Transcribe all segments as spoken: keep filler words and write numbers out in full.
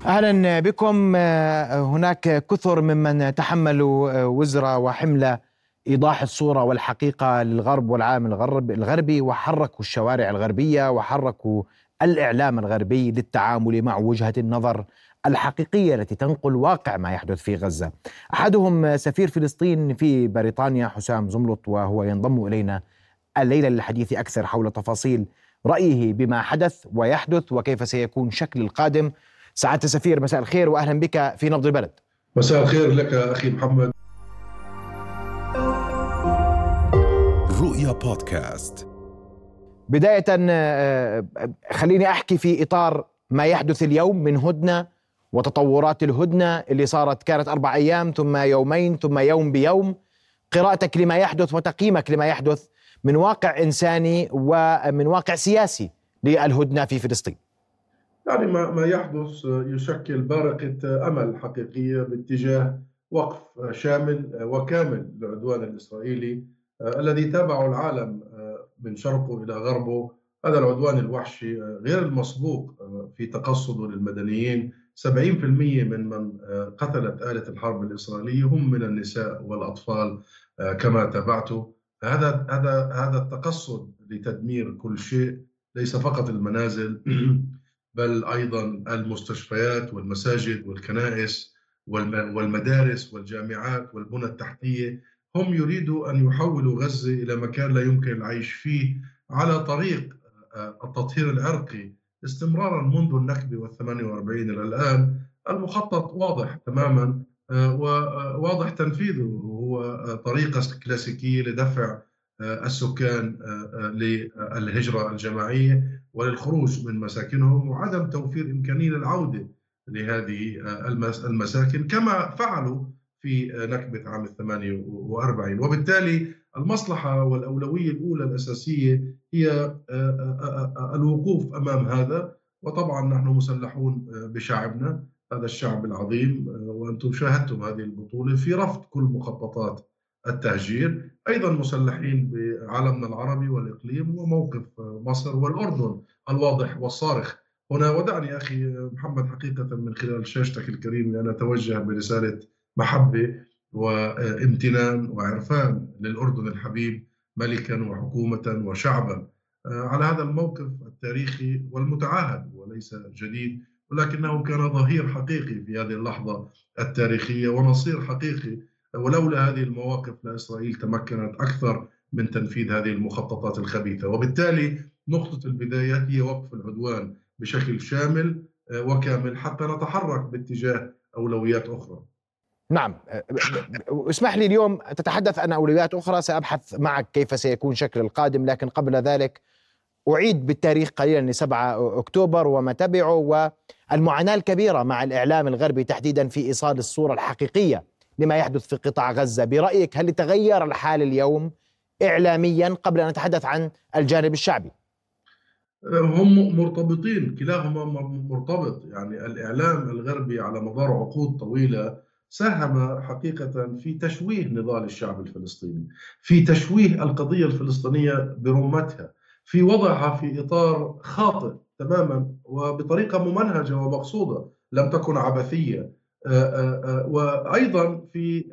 أهلا بكم. هناك كثر ممن تحملوا وزر وحمل إيضاح الصورة والحقيقة للغرب والعالم الغرب الغربي، وحركوا الشوارع الغربية وحركوا الإعلام الغربي للتعامل مع وجهة النظر الحقيقية التي تنقل واقع ما يحدث في غزة. أحدهم سفير فلسطين في بريطانيا حسام زملط، وهو ينضم إلينا الليلة للحديث أكثر حول تفاصيل رأيه بما حدث ويحدث وكيف سيكون شكل القادم. سعادة السفير، مساء الخير وأهلا بك في نبض البلد. مساء الخير لك أخي محمد. رؤيا بودكاست. بداية خليني أحكي في إطار ما يحدث اليوم من هدنة وتطورات الهدنة اللي صارت، كانت أربع أيام ثم يومين ثم يوم بيوم. قراءتك لما يحدث وتقييمك لما يحدث من واقع إنساني ومن واقع سياسي للهدنة في فلسطين. يعني ما ما يحدث يشكل بارقة أمل حقيقية باتجاه وقف شامل وكامل للعدوان الإسرائيلي الذي تابعه العالم من شرقه إلى غربه. هذا العدوان الوحشي غير المسبوق في تقصده للمدنيين. سبعين بالمئة من من قتلت آلة الحرب الإسرائيلية هم من النساء والأطفال كما تابعته. هذا هذا هذا التقصد لتدمير كل شيء، ليس فقط المنازل بل أيضا المستشفيات والمساجد والكنائس والمدارس والجامعات والبنى التحتية. هم يريدوا أن يحولوا غزة إلى مكان لا يمكن العيش فيه على طريق التطهير العرقي استمرارا منذ النكبة والثمانية وأربعين إلى الآن. المخطط واضح تماما وواضح تنفيذه، هو طريقة كلاسيكية لدفع السكان للهجرة الجماعية وللخروج من مساكنهم وعدم توفير إمكانية للعودة لهذه المساكن كما فعلوا في نكبة عام الثمانية وأربعين. وبالتالي المصلحة والأولوية الأولى الأساسية هي الوقوف أمام هذا. وطبعا نحن مسلحون بشعبنا، هذا الشعب العظيم، وأنتم شاهدتم هذه البطولة في رفض كل مخططات التهجير. أيضا مسلحين بعالمنا العربي والإقليم وموقف مصر والأردن الواضح والصارخ هنا. ودعني أخي محمد حقيقة من خلال شاشتك الكريمة أن أتوجه برسالة محبة وامتنان وعرفان للأردن الحبيب ملكا وحكومة وشعبا على هذا الموقف التاريخي والمتعاهد وليس جديد، ولكنه كان ظهير حقيقي في هذه اللحظة التاريخية ونصير حقيقي. ولولا هذه المواقف لإسرائيل تمكنت أكثر من تنفيذ هذه المخططات الخبيثة. وبالتالي نقطة البداية هي وقف العدوان بشكل شامل وكامل حتى نتحرك باتجاه أولويات أخرى. نعم، اسمح لي اليوم تتحدث عن أولويات أخرى، سأبحث معك كيف سيكون شكل القادم، لكن قبل ذلك أعيد بالتاريخ قليلا لسبعة أكتوبر وما تبعه والمعاناة الكبيرة مع الإعلام الغربي تحديدا في إيصال الصورة الحقيقية لما يحدث في قطاع غزة. برأيك هل تغير الحال اليوم إعلاميا قبل أن نتحدث عن الجانب الشعبي؟ هم مرتبطين، كلاهما مرتبط. يعني الإعلام الغربي على مدار عقود طويلة ساهم حقيقة في تشويه نضال الشعب الفلسطيني، في تشويه القضية الفلسطينية برمتها، في وضعها في إطار خاطئ تماما وبطريقة ممنهجة ومقصودة لم تكن عبثية. وأيضا في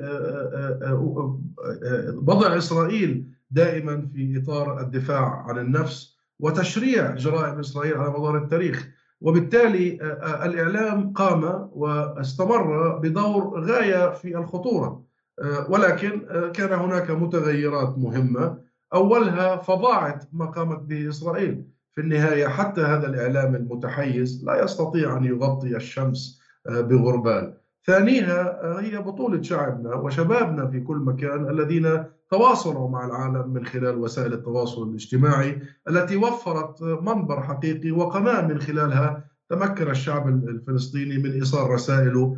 وضع إسرائيل دائما في إطار الدفاع عن النفس وتشريع جرائم إسرائيل على مدار التاريخ. وبالتالي الإعلام قام واستمر بدور غاية في الخطورة، ولكن كان هناك متغيرات مهمة، أولها فظاعة ما قامت به إسرائيل. في النهاية حتى هذا الإعلام المتحيز لا يستطيع أن يغطي الشمس بغربال. ثانيها هي بطولة شعبنا وشبابنا في كل مكان الذين تواصلوا مع العالم من خلال وسائل التواصل الاجتماعي التي وفرت منبر حقيقي وقناة من خلالها تمكن الشعب الفلسطيني من إيصال رسائله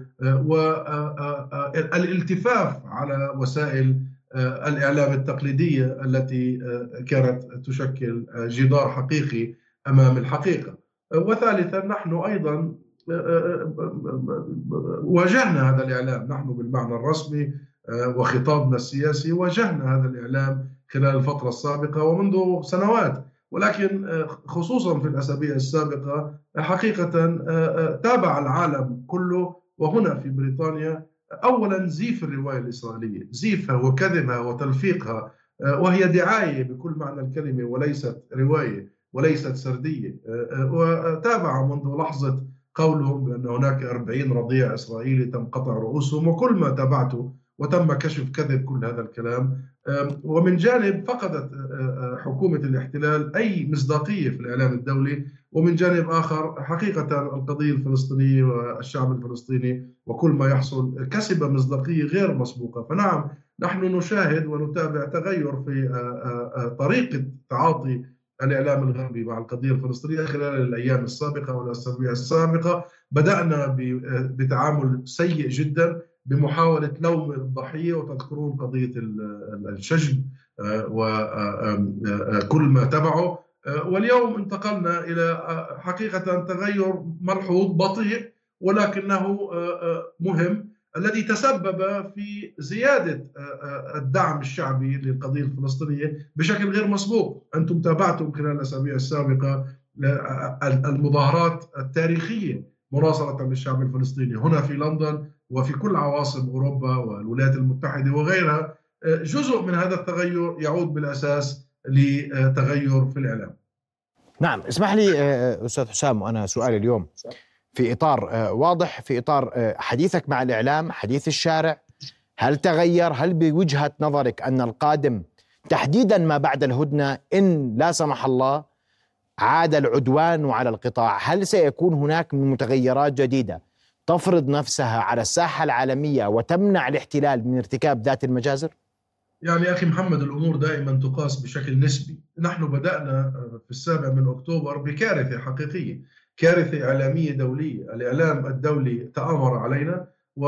والالتفاف على وسائل الإعلام التقليدية التي كانت تشكل جدار حقيقي أمام الحقيقة. وثالثا نحن أيضا واجهنا هذا الإعلام، نحن بالمعنى الرسمي وخطابنا السياسي واجهنا هذا الإعلام خلال الفترة السابقة ومنذ سنوات. ولكن خصوصا في الأسابيع السابقة حقيقة تابع العالم كله وهنا في بريطانيا أولا زيف الرواية الإسرائيلية، زيفها وكذبها وتلفيقها، وهي دعاية بكل معنى الكلمة وليست رواية وليست سردية. وتابع منذ لحظة قولهم بأن هناك أربعين رضيع إسرائيلي تم قطع رؤوسهم وكل ما تابعته، وتم كشف كذب كل هذا الكلام. ومن جانب فقدت حكومة الاحتلال أي مصداقية في الإعلام الدولي، ومن جانب آخر حقيقة القضية الفلسطينية والشعب الفلسطيني وكل ما يحصل كسب مصداقية غير مسبوقة. فنعم نحن نشاهد ونتابع تغير في طريقة تعاطي الإعلام الغربي مع القضية الفلسطينية خلال الأيام السابقة والأسابيع السابقة. بدأنا بتعامل سيء جدا بمحاولة لوم الضحية، وتذكرون قضية الشجب وكل ما تبعه. واليوم انتقلنا إلى حقيقة تغير ملحوظ بطيء ولكنه مهم، الذي تسبب في زيادة الدعم الشعبي للقضية الفلسطينية بشكل غير مسبوق. أنتم تابعتم خلال الأسابيع السابقة المظاهرات التاريخية مناصرة للشعب الفلسطيني هنا في لندن وفي كل عواصم أوروبا والولايات المتحدة وغيرها. جزء من هذا التغير يعود بالأساس لتغير في الإعلام. نعم، اسمح لي أستاذ حسام، وأنا سؤالي اليوم في إطار واضح، في إطار حديثك مع الإعلام، حديث الشارع. هل تغير؟ هل بوجهة نظرك أن القادم تحديدا ما بعد الهدنة إن لا سمح الله عاد العدوان على القطاع، هل سيكون هناك من متغيرات جديدة تفرض نفسها على الساحة العالمية وتمنع الاحتلال من ارتكاب ذات المجازر؟ يعني أخي محمد، الأمور دائما تقاس بشكل نسبي. نحن بدأنا في السابع من أكتوبر بكارثة حقيقية، كارثة إعلامية دولية. الإعلام الدولي تآمر علينا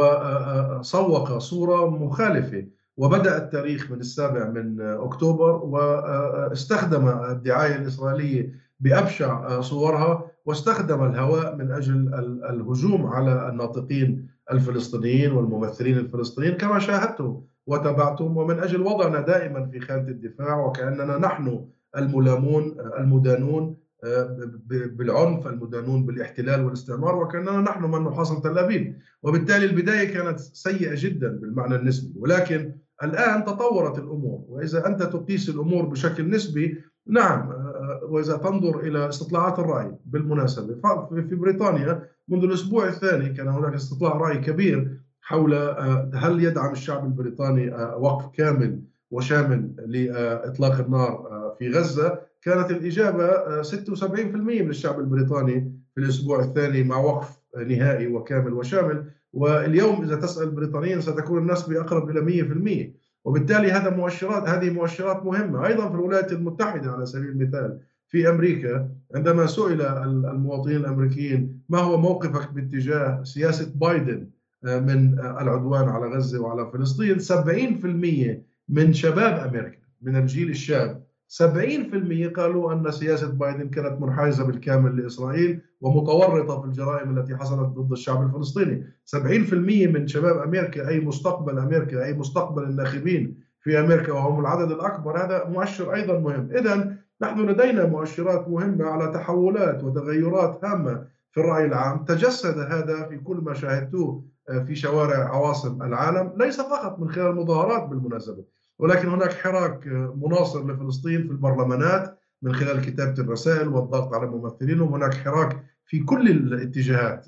وسوق صورة مخالفة، وبدأ التاريخ من السابع من أكتوبر واستخدم الدعاية الإسرائيلية بأبشع صورها، واستخدم الهواء من أجل الهجوم على الناطقين الفلسطينيين والممثلين الفلسطينيين كما شاهدتم وتابعتم، ومن أجل وضعنا دائما في خانة الدفاع وكأننا نحن الملامون المدانون بالعنف، المدانون بالاحتلال والاستعمار، وكأننا نحن من نحاصر تل أبيب. وبالتالي البداية كانت سيئة جدا بالمعنى النسبي، ولكن الآن تطورت الأمور. وإذا أنت تقيس الأمور بشكل نسبي، نعم، وإذا تنظر إلى استطلاعات الرأي بالمناسبة في بريطانيا منذ الأسبوع الثاني كان هناك استطلاع رأي كبير حول هل يدعم الشعب البريطاني وقف كامل وشامل لإطلاق النار في غزة. كانت الإجابة ستة وسبعين بالمئة من الشعب البريطاني في الأسبوع الثاني مع وقف نهائي وكامل وشامل، واليوم إذا تسأل البريطانيين ستكون النسبة أقرب إلى مئة بالمئة. وبالتالي هذا مؤشرات هذه مؤشرات مهمة. أيضا في الولايات المتحدة على سبيل المثال في أمريكا، عندما سئل المواطنين الأمريكيين ما هو موقفك باتجاه سياسة بايدن من العدوان على غزة وعلى فلسطين، سبعين بالمئة من شباب أمريكا من الجيل الشاب سبعين بالمئة قالوا أن سياسة بايدن كانت منحازة بالكامل لإسرائيل ومتورطة في الجرائم التي حصلت ضد الشعب الفلسطيني. سبعين بالمئة من شباب أمريكا، أي مستقبل أمريكا، أي مستقبل الناخبين في أمريكا وهم العدد الأكبر. هذا مؤشر أيضا مهم. إذن نحن لدينا مؤشرات مهمة على تحولات وتغيرات هامة في الرأي العام. تجسد هذا في كل ما شاهدتوه في شوارع عواصم العالم، ليس فقط من خلال المظاهرات بالمناسبة، ولكن هناك حراك مناصر لفلسطين في البرلمانات من خلال كتابة الرسائل والضغط على ممثلينهم. هناك حراك في كل الاتجاهات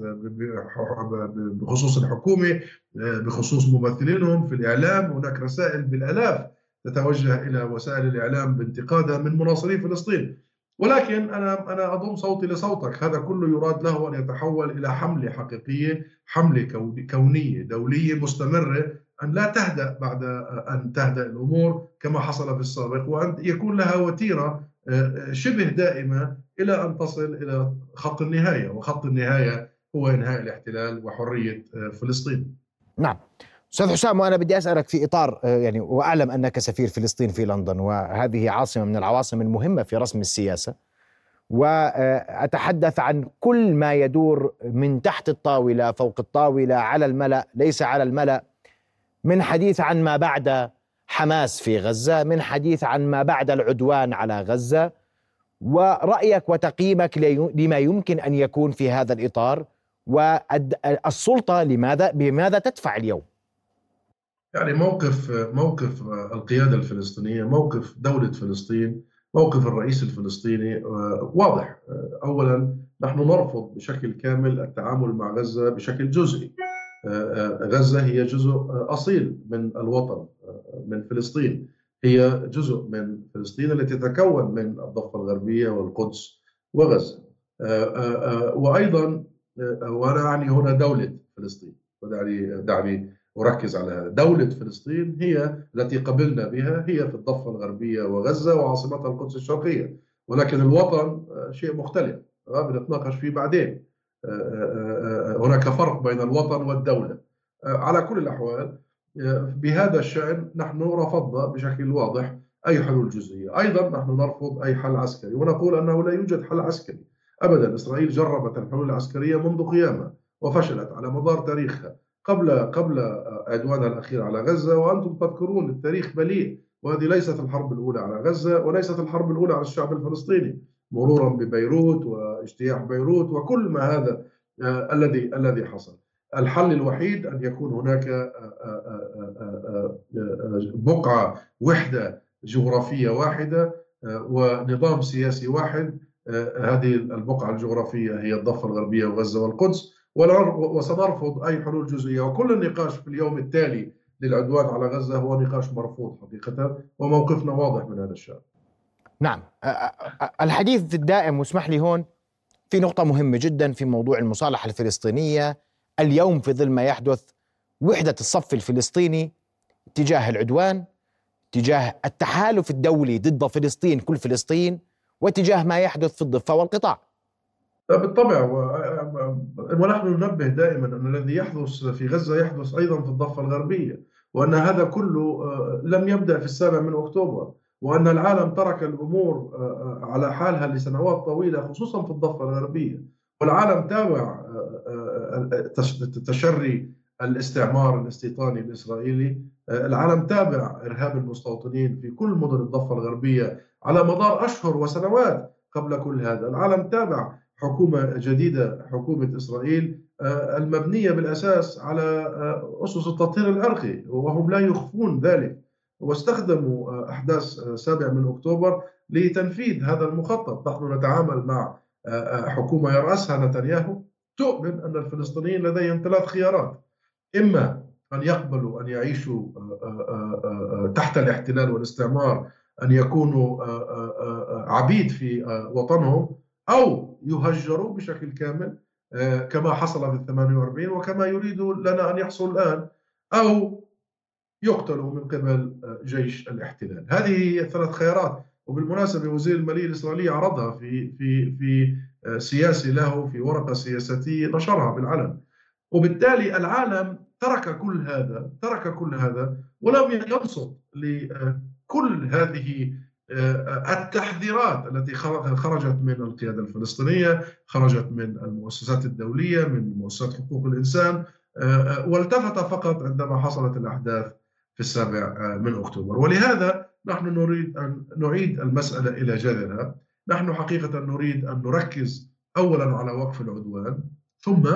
بخصوص الحكومة، بخصوص ممثلينهم في الإعلام. هناك رسائل بالآلاف تتوجه إلى وسائل الإعلام بانتقادها من مناصري فلسطين. ولكن أنا أنا أضم صوتي لصوتك. هذا كله يراد له أن يتحول إلى حملة حقيقية، حملة كونية دولية مستمرة، أن لا تهدأ بعد أن تهدأ الأمور كما حصل في السابق، وأن يكون لها وتيرة شبه دائمة إلى أن تصل إلى خط النهاية، وخط النهاية هو إنهاء الاحتلال وحرية فلسطين. نعم أستاذ حسام، وأنا بدي أسألك في إطار يعني، وأعلم أنك سفير فلسطين في لندن، وهذه عاصمة من العواصم المهمة في رسم السياسة، وأتحدث عن كل ما يدور من تحت الطاولة، فوق الطاولة، على الملأ، ليس على الملأ، من حديث عن ما بعد حماس في غزة، من حديث عن ما بعد العدوان على غزة، ورأيك وتقييمك لما يمكن أن يكون في هذا الإطار، والسلطة لماذا بماذا تدفع اليوم؟ يعني موقف موقف القيادة الفلسطينية، موقف دولة فلسطين، موقف الرئيس الفلسطيني واضح. أولا نحن نرفض بشكل كامل التعامل مع غزة بشكل جزئي. غزة هي جزء أصيل من الوطن، من فلسطين، هي جزء من فلسطين التي تتكون من الضفة الغربية والقدس وغزة. وأيضا وأنا أعني هنا دولة فلسطين، ودعني دعني أركز على هذا. دولة فلسطين هي التي قبلنا بها، هي في الضفة الغربية وغزة وعاصمتها القدس الشرقية، ولكن الوطن شيء مختلف بنتناقش فيه بعدين. هناك فرق بين الوطن والدولة. على كل الأحوال بهذا الشأن نحن رفضنا بشكل واضح أي حلول جزئية. أيضا نحن نرفض أي حل عسكري، ونقول أنه لا يوجد حل عسكري أبدا. إسرائيل جربت الحلول العسكرية منذ قيامها وفشلت على مدار تاريخها، قبل قبل عدوانها الأخير على غزة، وأنتم تذكرون التاريخ مليء، وهذه ليست الحرب الأولى على غزة وليست الحرب الأولى على الشعب الفلسطيني، مرورا ببيروت واجتياح بيروت وكل ما هذا آه الذي الذي حصل. الحل الوحيد أن يكون هناك آه آه بقعة وحدة جغرافية واحدة ونظام سياسي واحد. هذه البقعة الجغرافية هي الضفة الغربية وغزة والقدس، وسنرفض أي حلول جزئية. وكل النقاش في اليوم التالي للعدوان على غزة هو نقاش مرفوض حقيقة، وموقفنا واضح من هذا الشأن. نعم، الحديث الدائم، واسمح لي هون في نقطة مهمة جدا في موضوع المصالحة الفلسطينية اليوم، في ظل ما يحدث وحدة الصف الفلسطيني تجاه العدوان، تجاه التحالف الدولي ضد فلسطين كل فلسطين، وتجاه ما يحدث في الضفة والقطاع. بالطبع، ونحن ننبه دائما أن الذي يحدث في غزة يحدث أيضا في الضفة الغربية، وأن هذا كله لم يبدأ في السابع من أكتوبر، وأن العالم ترك الأمور على حالها لسنوات طويلة خصوصا في الضفة الغربية، والعالم تابع تشري الاستعمار الاستيطاني الإسرائيلي. العالم تابع إرهاب المستوطنين في كل مدن الضفة الغربية على مدار أشهر وسنوات. قبل كل هذا العالم تابع حكومة جديدة، حكومة إسرائيل المبنية بالأساس على أسس التطهير العرقي، وهم لا يخفون ذلك، واستخدموا أحداث سابع من أكتوبر لتنفيذ هذا المخطط. نحن نتعامل مع حكومة يرأسها نتنياهو تؤمن أن الفلسطينيين لديهم ثلاث خيارات: إما أن يقبلوا أن يعيشوا تحت الاحتلال والاستعمار، أن يكونوا عبيد في وطنهم، أو يهجروا بشكل كامل كما حصل في الثمانية وأربعين وكما يريد لنا أن يحصل الآن، أو يقتلوا من قبل جيش الاحتلال. هذه هي الثلاث خيارات. وبالمناسبة وزير المالية الإسرائيلي عرضها في في في سياسي له، في ورقة سياسية نشرها بالعلن. وبالتالي العالم ترك كل هذا ترك كل هذا ولم ينصت لكل هذه التحذيرات التي خرجت من القيادة الفلسطينية، خرجت من المؤسسات الدولية، من مؤسسات حقوق الإنسان، والتفت فقط عندما حصلت الأحداث في السابع من أكتوبر. ولهذا نحن نريد أن نعيد المسألة إلى جذرها. نحن حقيقة نريد أن نركز أولا على وقف العدوان، ثم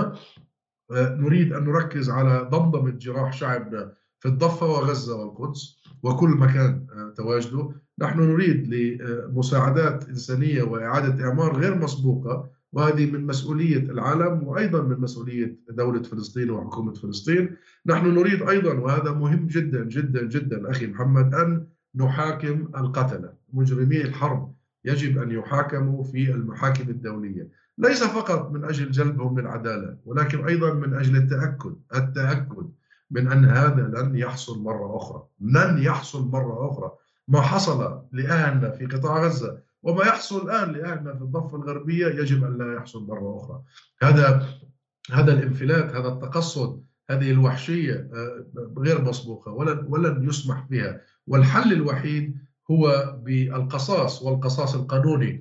نريد أن نركز على ضمضمة جراح شعبنا في الضفة وغزة والقدس وكل مكان تواجده. نحن نريد لمساعدات إنسانية وإعادة إعمار غير مسبوقة، وهذه من مسؤولية العالم وأيضا من مسؤولية دولة فلسطين وحكومة فلسطين. نحن نريد أيضا، وهذا مهم جدا جدا جدا أخي محمد، أن نحاكم القتلة. مجرمي الحرب يجب أن يحاكموا في المحاكم الدولية، ليس فقط من أجل جلبهم للعدالة، ولكن أيضا من أجل التأكد التأكد من أن هذا لن يحصل مرة أخرى. لن يحصل مرة أخرى. ما حصل لأهلنا في قطاع غزة وما يحصل الآن لأهلنا في الضفة الغربية يجب أن لا يحصل مرة أخرى. هذا هذا الانفلات، هذا التقصد، هذه الوحشية غير مسبوقة ولن ولن يسمح بها. والحل الوحيد هو بالقصاص، والقصاص القانوني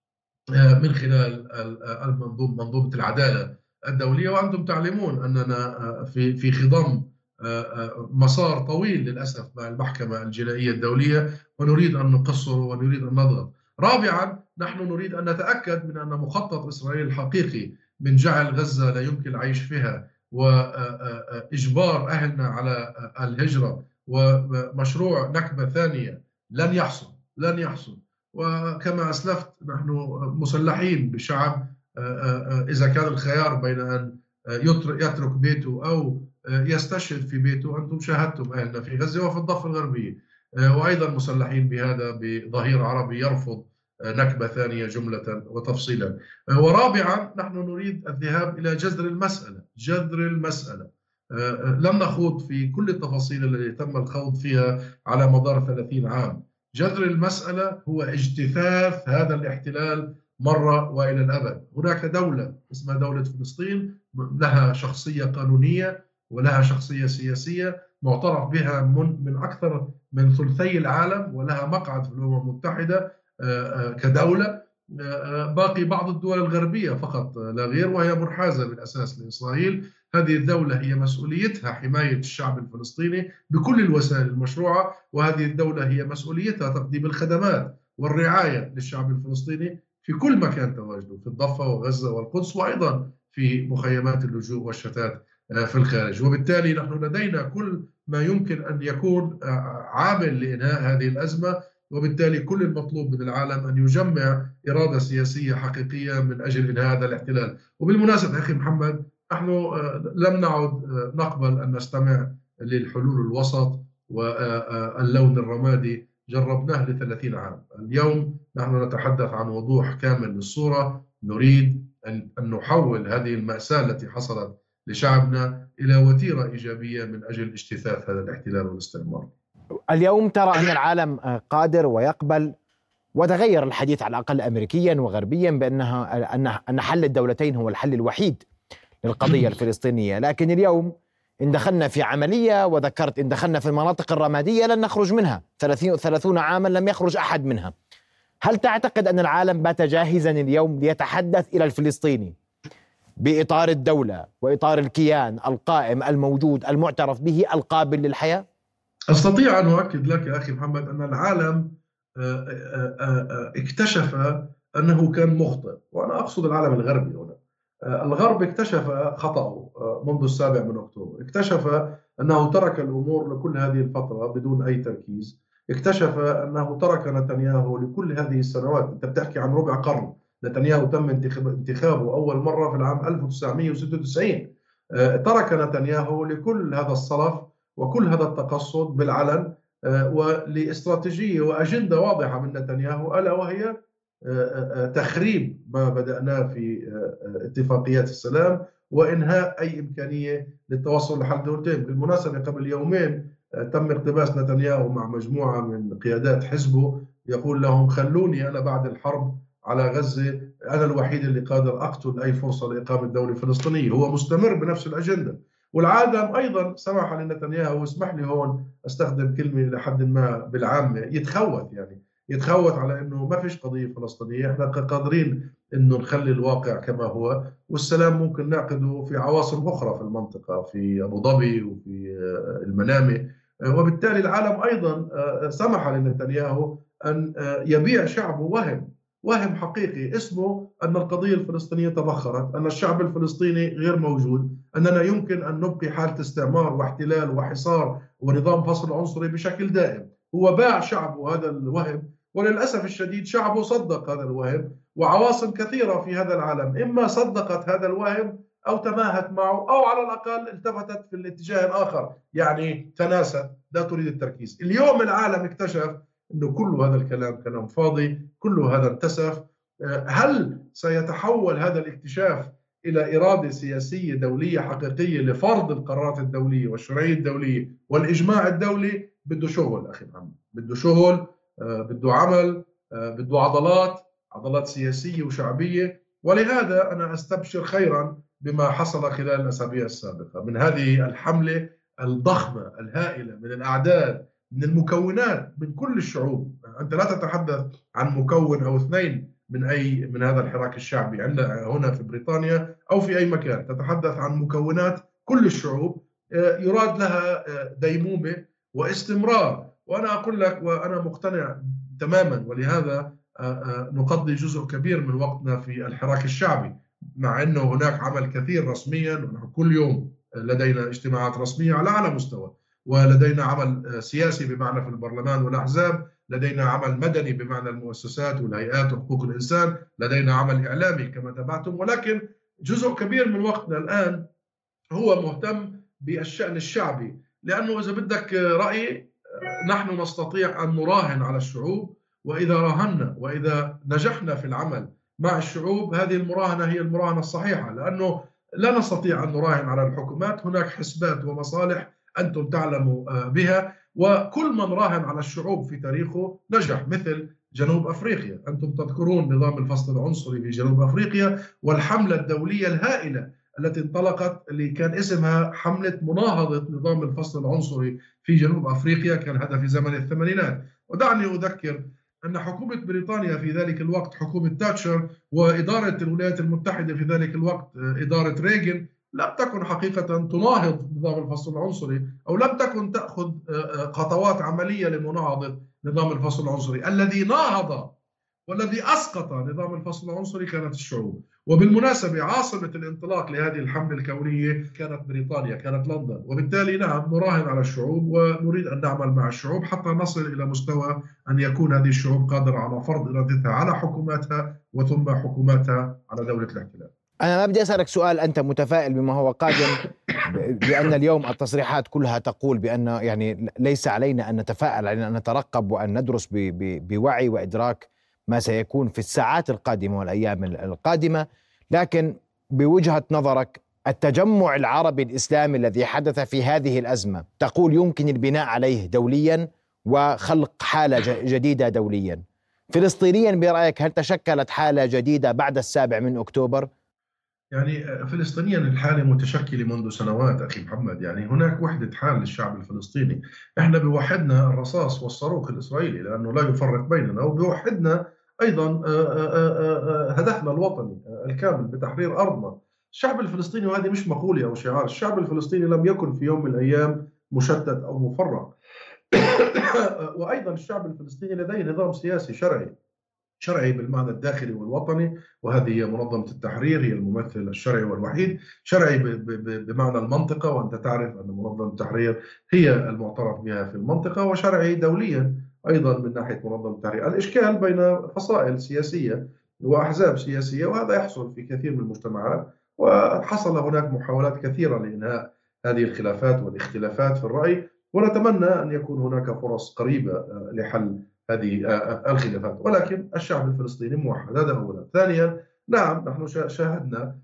من خلال المنظومة منظومة العدالة الدولية. وأنتم تعلمون أننا في في خضم مسار طويل للأسف مع المحكمة الجنائية الدولية، ونريد أن نقصره ونريد أن نضغط. رابعا، نحن نريد أن نتأكد من أن مخطط إسرائيل الحقيقي من جعل غزة لا يمكن العيش فيها وإجبار أهلنا على الهجرة ومشروع نكبة ثانية لن يحصل لن يحصل. وكما أسلفت نحن مسلحين بشعب، إذا كان الخيار بين أن يترك بيته أو يستشهد في بيته، أنتم شاهدتم أهلنا في غزة وفي الضفة الغربية، وأيضا مسلحين بهذا بظهير عربي يرفض نكبة ثانية جملة وتفصيلا. ورابعا، نحن نريد الذهاب إلى جذر المسألة جذر المسألة لم نخوض في كل التفاصيل التي تم الخوض فيها على مدار ثلاثين عام. جذر المسألة هو اجتثاث هذا الاحتلال مرة وإلى الأبد. هناك دولة اسمها دولة فلسطين، لها شخصية قانونية ولها شخصية سياسية معترف بها من, من أكثر من ثلثي العالم، ولها مقعد في الأمم المتحدة كدولة. باقي بعض الدول الغربية فقط لا غير، وهي منحازة بالأساس لإسرائيل. هذه الدولة هي مسؤوليتها حماية الشعب الفلسطيني بكل الوسائل المشروعة، وهذه الدولة هي مسؤوليتها تقديم الخدمات والرعاية للشعب الفلسطيني في كل مكان تواجده، في الضفة وغزة والقدس، وأيضا في مخيمات اللجوء والشتات في الخارج. وبالتالي نحن لدينا كل ما يمكن أن يكون عامل لإنهاء هذه الأزمة، وبالتالي كل المطلوب من العالم أن يجمع إرادة سياسية حقيقية من أجل إنهاء هذا الاحتلال. وبالمناسبة أخي محمد، نحن لم نعد نقبل أن نستمع للحلول الوسط واللون الرمادي، جربناه لثلاثين عام. اليوم نحن نتحدث عن وضوح كامل للصورة. نريد أن نحول هذه المأساة التي حصلت لشعبنا إلى وتيرة إيجابية من أجل اجتثاث هذا الاحتلال والاستعمار. اليوم ترى أن العالم قادر ويقبل، وتغير الحديث على الأقل أمريكيا وغربيا بأنها أن حل الدولتين هو الحل الوحيد للقضية الفلسطينية. لكن اليوم إن دخلنا في عملية، وذكرت إن دخلنا في المناطق الرمادية لن نخرج منها. ثلاثين عاما لم يخرج أحد منها. هل تعتقد أن العالم بات جاهزا اليوم ليتحدث إلى الفلسطيني بإطار الدولة وإطار الكيان القائم الموجود المعترف به القابل للحياة؟ أستطيع أن أؤكد لك أخي محمد أن العالم اكتشف أنه كان مخطئ، وأنا أقصد العالم الغربي هنا. الغرب اكتشف خطأه منذ السابع من أكتوبر، اكتشف أنه ترك الأمور لكل هذه الفترة بدون أي تركيز، اكتشف أنه ترك نتنياهو لكل هذه السنوات. أنت بتحكي عن ربع قرن. نتنياهو تم انتخابه أول مرة في العام ألف وتسعمئة وستة وتسعين. ترك نتنياهو لكل هذا الصلف وكل هذا التقصد بالعلن، ولاستراتيجية وأجندة واضحة من نتنياهو، ألا وهي تخريب ما بدأناه في اتفاقيات السلام وإنهاء أي إمكانية للتوصل لحل دولتين. بالمناسبة قبل يومين تم اقتباس نتنياهو مع مجموعة من قيادات حزبه يقول لهم: خلوني أنا بعد الحرب على غزة، أنا الوحيد اللي قادر أقتل أي فرصة لإقامة دولة فلسطينية. هو مستمر بنفس الأجندة. والعالم أيضا سمح لنتنياهو، واسمح لي هون أستخدم كلمة لحد ما بالعامة، يتخوت يعني يتخوت على أنه ما فيش قضية فلسطينية. إحنا قادرين أنه نخلي الواقع كما هو، والسلام ممكن نعقده في عواصم أخرى في المنطقة، في أبو ظبي وفي المنامة. وبالتالي العالم أيضا سمح لنتنياهو أن يبيع شعبه وهم وهم حقيقي اسمه أن القضية الفلسطينية تبخرت، أن الشعب الفلسطيني غير موجود، أننا يمكن أن نبقي حالة استعمار واحتلال وحصار ونظام فصل عنصري بشكل دائم. هو باع شعبه هذا الوهم، وللأسف الشديد شعبه صدق هذا الوهم، وعواصم كثيرة في هذا العالم إما صدقت هذا الوهم أو تماهت معه، أو على الأقل التفتت في الاتجاه الآخر، يعني تناست، لا تريد التركيز. اليوم العالم اكتشف أنه كل هذا الكلام كلام فاضي، كل هذا انتسف. هل سيتحول هذا الاكتشاف إلى إرادة سياسية دولية حقيقية لفرض القرارات الدولية والشرعية الدولية والإجماع الدولي؟ بده شغل أخي محمد، بده شغل، بده عمل، بده عضلات عضلات سياسية وشعبية. ولهذا أنا أستبشر خيرا بما حصل خلال الأسابيع السابقة من هذه الحملة الضخمة الهائلة من الأعداد، من المكونات، من كل الشعوب. أنت لا تتحدث عن مكون أو اثنين من أي من هذا الحراك الشعبي عندنا هنا في بريطانيا أو في أي مكان، تتحدث عن مكونات كل الشعوب يراد لها ديمومة واستمرار. وأنا أقول لك، وأنا مقتنع تماما، ولهذا نقضي جزء كبير من وقتنا في الحراك الشعبي، مع أنه هناك عمل كثير رسميا، ونحن كل يوم لدينا اجتماعات رسمية على أعلى مستوى، ولدينا عمل سياسي بمعنى في البرلمان والأحزاب، لدينا عمل مدني بمعنى المؤسسات والهيئات وحقوق الإنسان، لدينا عمل إعلامي كما تابعتم، ولكن جزء كبير من وقتنا الآن هو مهتم بالشأن الشعبي. لأنه إذا بدك رأيي، نحن نستطيع أن نراهن على الشعوب، وإذا راهنا وإذا نجحنا في العمل مع الشعوب، هذه المراهنة هي المراهنة الصحيحة، لأنه لا نستطيع أن نراهن على الحكومات. هناك حسبات ومصالح أنتم تعلموا بها، وكل من راهن على الشعوب في تاريخه نجح، مثل جنوب أفريقيا. أنتم تذكرون نظام الفصل العنصري في جنوب أفريقيا والحملة الدولية الهائلة التي انطلقت، اللي كان اسمها حملة مناهضة نظام الفصل العنصري في جنوب أفريقيا، كان هذا في زمن الثمانينات. ودعني أذكر أن حكومة بريطانيا في ذلك الوقت، حكومة تاتشر، وإدارة الولايات المتحدة في ذلك الوقت إدارة ريغن، لم تكن حقيقة تناهض نظام الفصل العنصري، أو لم تكن تأخذ خطوات عملية لمناهضة نظام الفصل العنصري. الذي ناهض والذي أسقط نظام الفصل العنصري كانت الشعوب. وبالمناسبة عاصمة الانطلاق لهذه الحملة الكونية كانت بريطانيا، كانت لندن. وبالتالي نعم، نراهن على الشعوب ونريد أن نعمل مع الشعوب حتى نصل إلى مستوى أن يكون هذه الشعوب قادرة على فرض إرادتها على حكوماتها، وثم حكوماتها على دولة الاحتلال. أنا ما بدي أسألك سؤال، أنت متفائل بما هو قادم، بأن اليوم التصريحات كلها تقول بأن يعني ليس علينا أن نتفائل، علينا أن نترقب وأن ندرس بوعي وإدراك ما سيكون في الساعات القادمة والأيام القادمة. لكن بوجهة نظرك، التجمع العربي الإسلامي الذي حدث في هذه الأزمة تقول يمكن البناء عليه دوليا وخلق حالة جديدة دوليا. فلسطينيا برأيك، هل تشكلت حالة جديدة بعد السابع من أكتوبر؟ يعني فلسطينيا الحالة متشكلة منذ سنوات أخي محمد. يعني هناك وحدة حال للشعب الفلسطيني. إحنا بوحدنا الرصاص والصاروخ الإسرائيلي لأنه لا يفرق بيننا، وبوحدنا أيضا هدفنا الوطني الكامل بتحرير أرضنا. الشعب الفلسطيني، وهذه مش مقولة أو شعار، الشعب الفلسطيني لم يكن في يوم من الأيام مشتت أو مفرق. وأيضا الشعب الفلسطيني لديه نظام سياسي شرعي، شرعي بالمعنى الداخلي والوطني، وهذه هي منظمة التحرير، هي الممثل الشرعي والوحيد. شرعي بمعنى المنطقة، وأنت تعرف أن منظمة التحرير هي المعترف بها في المنطقة، وشرعي دوليا أيضا من ناحية منظمة التحرير. الإشكال بين فصائل سياسية وأحزاب سياسية، وهذا يحصل في كثير من المجتمعات، وحصل هناك محاولات كثيرة لإنهاء هذه الخلافات والاختلافات في الرأي، ونتمنى أن يكون هناك فرص قريبة لحل هذه الخلافات. ولكن الشعب الفلسطيني موحد، هذا أولا. ثانيا، نعم نحن شاهدنا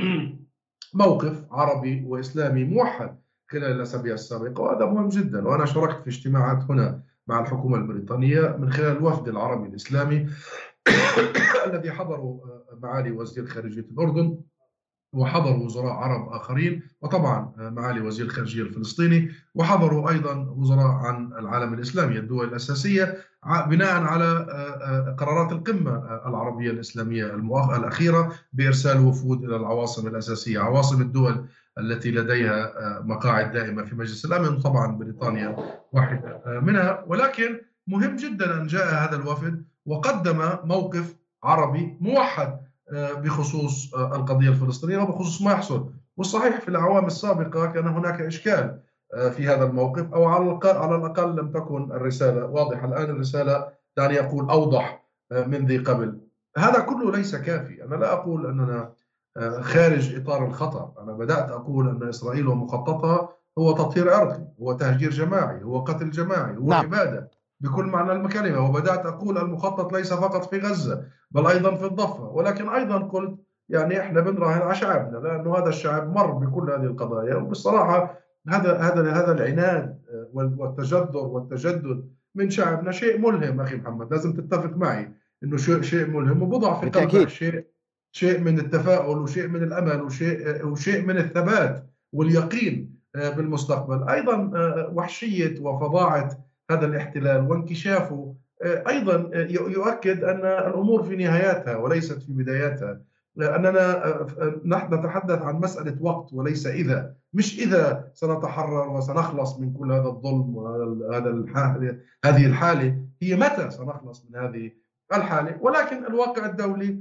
موقف عربي وإسلامي موحد خلال الأسابيع السابقة، وهذا مهم جدا. وأنا شاركت في اجتماعات هنا مع الحكومة البريطانية من خلال الوفد العربي الإسلامي الذي حضروا معالي وزير خارجية الأردن، وحضروا وزراء عرب آخرين، وطبعا معالي وزير الخارجية الفلسطيني، وحضروا أيضا وزراء عن العالم الإسلامي، الدول الأساسية، بناء على قرارات القمة العربية الإسلامية الأخيرة بإرسال وفود إلى العواصم الأساسية، عواصم الدول التي لديها مقاعد دائمة في مجلس الأمن، طبعا بريطانيا واحدة منها. ولكن مهم جدا أن جاء هذا الوفد وقدم موقف عربي موحد بخصوص القضية الفلسطينية وبخصوص ما يحصل. والصحيح في الأعوام السابقة كان هناك إشكال في هذا الموقف، أو على الأقل, على الأقل لم تكن الرسالة واضحة. الآن الرسالة دعني أقول أوضح من ذي قبل. هذا كله ليس كافي. أنا لا أقول أننا خارج إطار الخطر. أنا بدأت أقول أن إسرائيل ومخططها هو تطهير عرقي، هو تهجير جماعي، هو قتل جماعي، هو نعم. إبادة بكل معنى الكلمة. وبدأت أقول المخطط ليس فقط في غزة بل أيضا في الضفة. ولكن أيضا قلت يعني إحنا بنراهن على شعبنا، لأنه هذا الشعب مر بكل هذه القضايا. وبالصراحة هذا هذا هذا العناد والتجذر والتجدد من شعبنا شيء ملهم أخي محمد. لازم تتفق معي إنه شيء شيء ملهم، وبضع في قلبك شيء شيء من التفاؤل وشيء من الأمل وشيء وشيء من الثبات واليقين بالمستقبل. أيضا وحشية وفظاعة هذا الاحتلال وانكشافه أيضا يؤكد أن الأمور في نهاياتها وليست في بداياتها. أننا نحن نتحدث عن مسألة وقت وليس إذا، مش إذا سنتحرر وسنخلص من كل هذا الظلم وهذا هذه الحالة، هي متى سنخلص من هذه الحالي، ولكن الواقع الدولي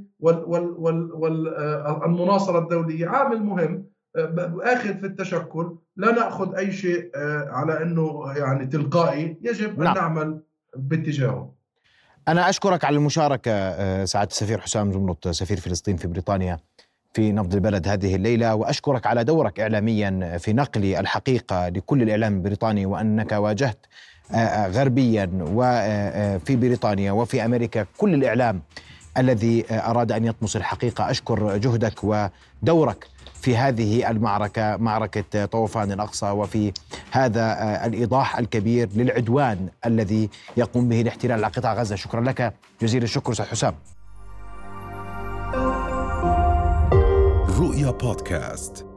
والمناصرة الدولية عامل مهم آخذ في التشكل. لا نأخذ أي شيء على أنه يعني تلقائي، يجب أن نعم. نعمل باتجاهه. أنا أشكرك على المشاركة سعادة السفير حسام زمرط سفير فلسطين في بريطانيا في نبض البلد هذه الليلة، وأشكرك على دورك إعلاميا في نقل الحقيقة لكل الإعلام البريطاني، وأنك واجهت غربيا وفي بريطانيا وفي أمريكا كل الإعلام الذي أراد أن يطمس الحقيقة. أشكر جهدك ودورك في هذه المعركة، معركة طوفان الأقصى، وفي هذا الإيضاح الكبير للعدوان الذي يقوم به الاحتلال على قطاع غزة. شكرا لك جزيل الشكر أستاذ حسام. رؤيا بودكاست.